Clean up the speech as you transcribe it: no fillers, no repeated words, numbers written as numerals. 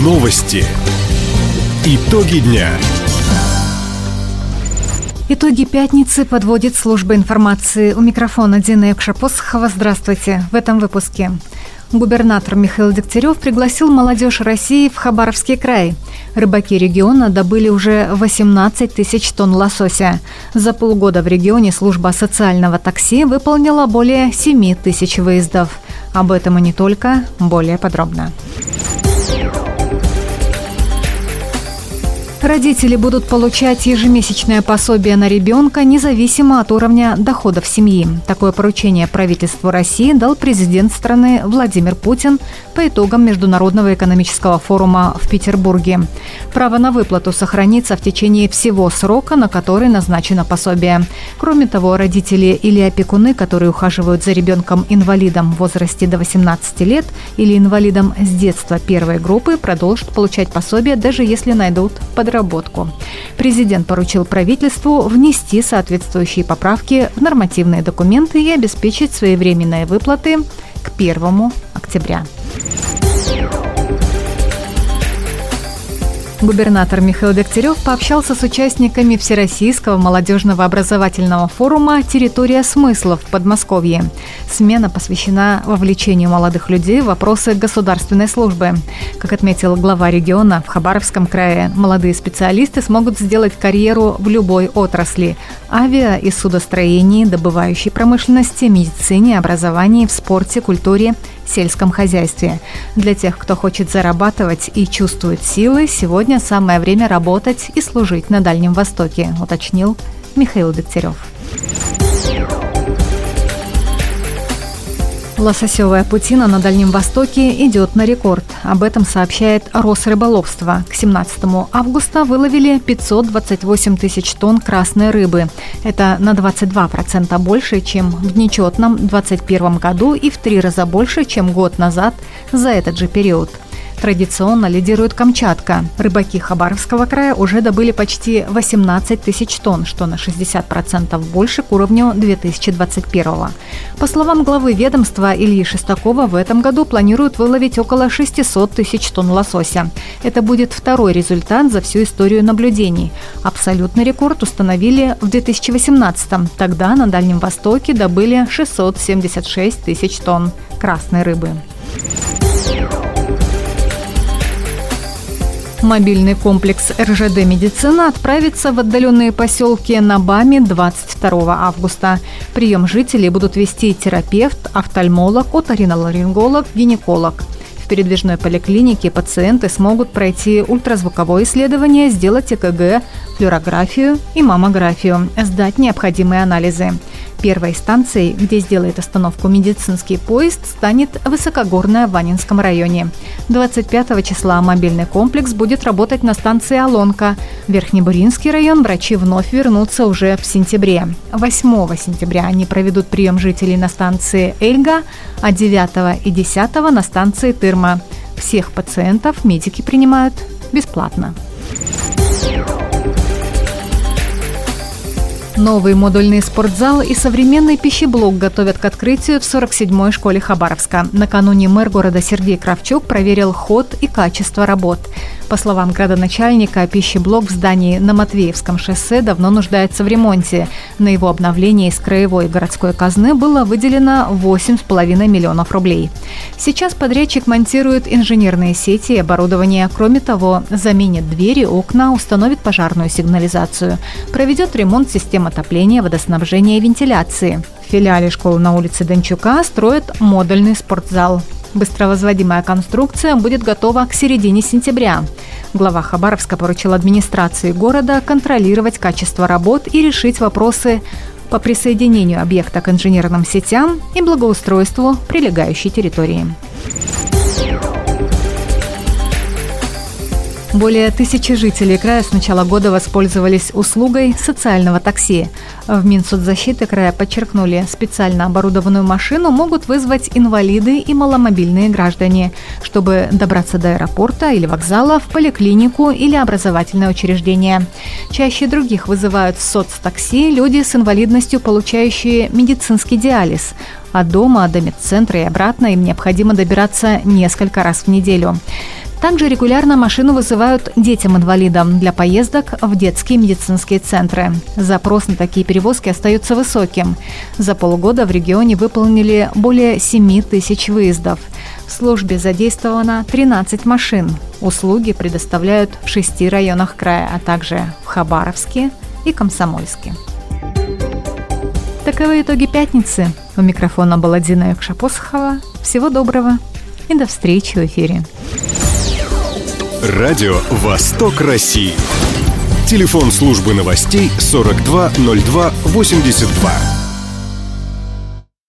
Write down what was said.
Новости. Итоги дня. Итоги пятницы подводит служба информации. У микрофона Дина Якшапосхова. Здравствуйте. В этом выпуске. Губернатор Михаил Дегтярев пригласил молодежь России в Хабаровский край. Рыбаки региона добыли уже 18 тысяч тонн лосося. За полгода в регионе служба социального такси выполнила более 7 тысяч выездов. Об этом и не только, более подробно. Родители будут получать ежемесячное пособие на ребенка независимо от уровня доходов семьи. Такое поручение правительству России дал президент страны Владимир Путин по итогам Международного экономического форума в Петербурге. Право на выплату сохранится в течение всего срока, на который назначено пособие. Кроме того, родители или опекуны, которые ухаживают за ребенком-инвалидом в возрасте до 18 лет или инвалидом с детства первой группы, продолжат получать пособие, даже если найдут подработку. Президент поручил правительству внести соответствующие поправки в нормативные документы и обеспечить своевременные выплаты к 1 октября. Губернатор Михаил Дегтярев пообщался с участниками Всероссийского молодежного образовательного форума «Территория смыслов» в Подмосковье. Смена посвящена вовлечению молодых людей в вопросы государственной службы. Как отметил глава региона, в Хабаровском крае молодые специалисты смогут сделать карьеру в любой отрасли – авиа- и судостроении, добывающей промышленности, медицине, образовании, в спорте, культуре, сельском хозяйстве. Для тех, кто хочет зарабатывать и чувствует силы, сегодня самое время работать и служить на Дальнем Востоке, уточнил Михаил Дегтярев. Лососевая путина на Дальнем Востоке идет на рекорд. Об этом сообщает Росрыболовство. К 17 августа выловили 528 тысяч тонн красной рыбы. Это на 22% больше, чем в нечетном 2021 году и в 3 раза больше, чем год назад за этот же период. Традиционно лидирует Камчатка. Рыбаки Хабаровского края уже добыли почти 18 тысяч тонн, что на 60% больше к уровню 2021. По словам главы ведомства Ильи Шестакова, в этом году планируют выловить около 600 тысяч тонн лосося. Это будет второй результат за всю историю наблюдений. Абсолютный рекорд установили в 2018-м. Тогда на Дальнем Востоке добыли 676 тысяч тонн красной рыбы. Мобильный комплекс РЖД «Медицина» отправится в отдаленные поселки на БАМе 22 августа. Прием жителей будут вести терапевт, офтальмолог, оториноларинголог, гинеколог. В передвижной поликлинике пациенты смогут пройти ультразвуковое исследование, сделать ЭКГ, флюорографию и маммографию, сдать необходимые анализы. Первой станцией, где сделает остановку медицинский поезд, станет высокогорная в Ванинском районе. 25 числа мобильный комплекс будет работать на станции Олонка. В Верхнебуринский район врачи вновь вернутся уже в сентябре. 8 сентября они проведут прием жителей на станции Эльга, а 9 и 10 на станции Тырма. Всех пациентов медики принимают бесплатно. Новый модульный спортзал и современный пищеблок готовят к открытию в 47-й школе Хабаровска. Накануне мэр города Сергей Кравчук проверил ход и качество работ. По словам градоначальника, пищеблок в здании на Матвеевском шоссе давно нуждается в ремонте. На его обновление из краевой и городской казны было выделено 8,5 миллионов рублей. Сейчас подрядчик монтирует инженерные сети и оборудование. Кроме того, заменит двери, окна, установит пожарную сигнализацию, проведет ремонт систем отопления, водоснабжения и вентиляции. В филиале школы на улице Дончука строят модульный спортзал. Быстровозводимая конструкция будет готова к середине сентября. Глава Хабаровска поручил администрации города контролировать качество работ и решить вопросы по присоединению объекта к инженерным сетям и благоустройству прилегающей территории. Более 1000 жителей края с начала года воспользовались услугой социального такси. В Минсоцзащиты края подчеркнули, специально оборудованную машину могут вызвать инвалиды и маломобильные граждане, чтобы добраться до аэропорта или вокзала, в поликлинику или образовательное учреждение. Чаще других вызывают соцтакси люди с инвалидностью, получающие медицинский диализ. От дома до медцентра и обратно им необходимо добираться несколько раз в неделю. Также регулярно машину вызывают детям-инвалидам для поездок в детские медицинские центры. Запрос на такие перевозки остается высоким. За полгода в регионе выполнили более 7 тысяч выездов. В службе задействовано 13 машин. Услуги предоставляют в 6 районах края, а также в Хабаровске и Комсомольске. Таковы итоги пятницы. У микрофона была Дина Юкшапосхова. Всего доброго и до встречи в эфире. Радио «Восток России». Телефон службы новостей 420282.